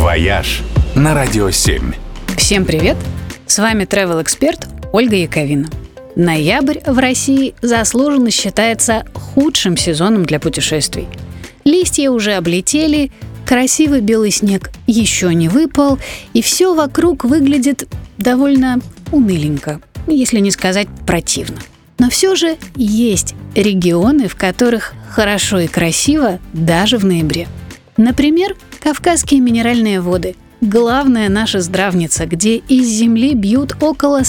«Вояж» на Радио 7. Всем привет! С вами travel-эксперт Ольга Яковина. Ноябрь в России заслуженно считается худшим сезоном для путешествий. Листья уже облетели, красивый белый снег еще не выпал, и все вокруг выглядит довольно уныленько, если не сказать противно. Но все же есть регионы, в которых хорошо и красиво даже в ноябре. Например, Кавказские минеральные воды – главная наша здравница, где из земли бьют около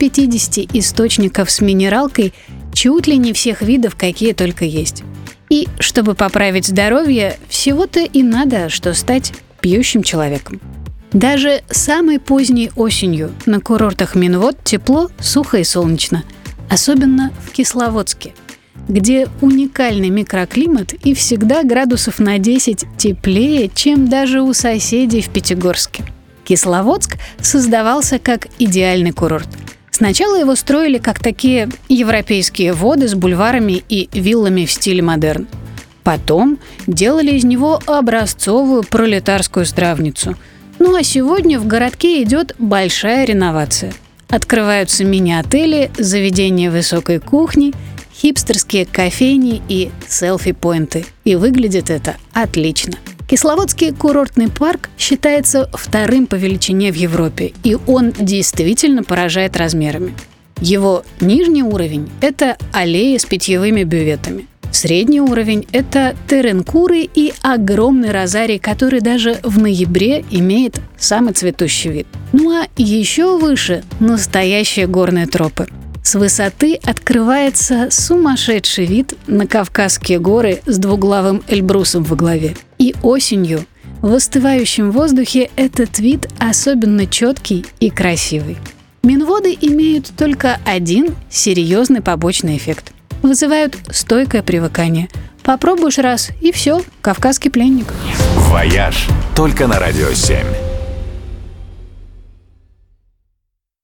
150 источников с минералкой чуть ли не всех видов, какие только есть. И чтобы поправить здоровье, всего-то и надо, что стать пьющим человеком. Даже самой поздней осенью на курортах Минвод тепло, сухо и солнечно, особенно в Кисловодске, где уникальный микроклимат и всегда градусов на 10 теплее, чем даже у соседей в Пятигорске. Кисловодск создавался как идеальный курорт. Сначала его строили как такие европейские воды с бульварами и виллами в стиле модерн. Потом делали из него образцовую пролетарскую здравницу. Ну а сегодня в городке идет большая реновация. Открываются мини-отели, заведения высокой кухни, хипстерские кофейни и селфи-поинты. И выглядит это отлично. Кисловодский курортный парк считается вторым по величине в Европе, и он действительно поражает размерами. Его нижний уровень – это аллеи с питьевыми бюветами. Средний уровень – это теренкуры и огромный розарий, который даже в ноябре имеет самый цветущий вид. Ну а еще выше – настоящие горные тропы. С высоты открывается сумасшедший вид на Кавказские горы с двуглавым Эльбрусом во главе. И осенью в остывающем воздухе этот вид особенно четкий и красивый. Минводы имеют только один серьезный побочный эффект. Вызывают стойкое привыкание. Попробуешь раз, и все, кавказский пленник. «Вояж» только на Радио 7.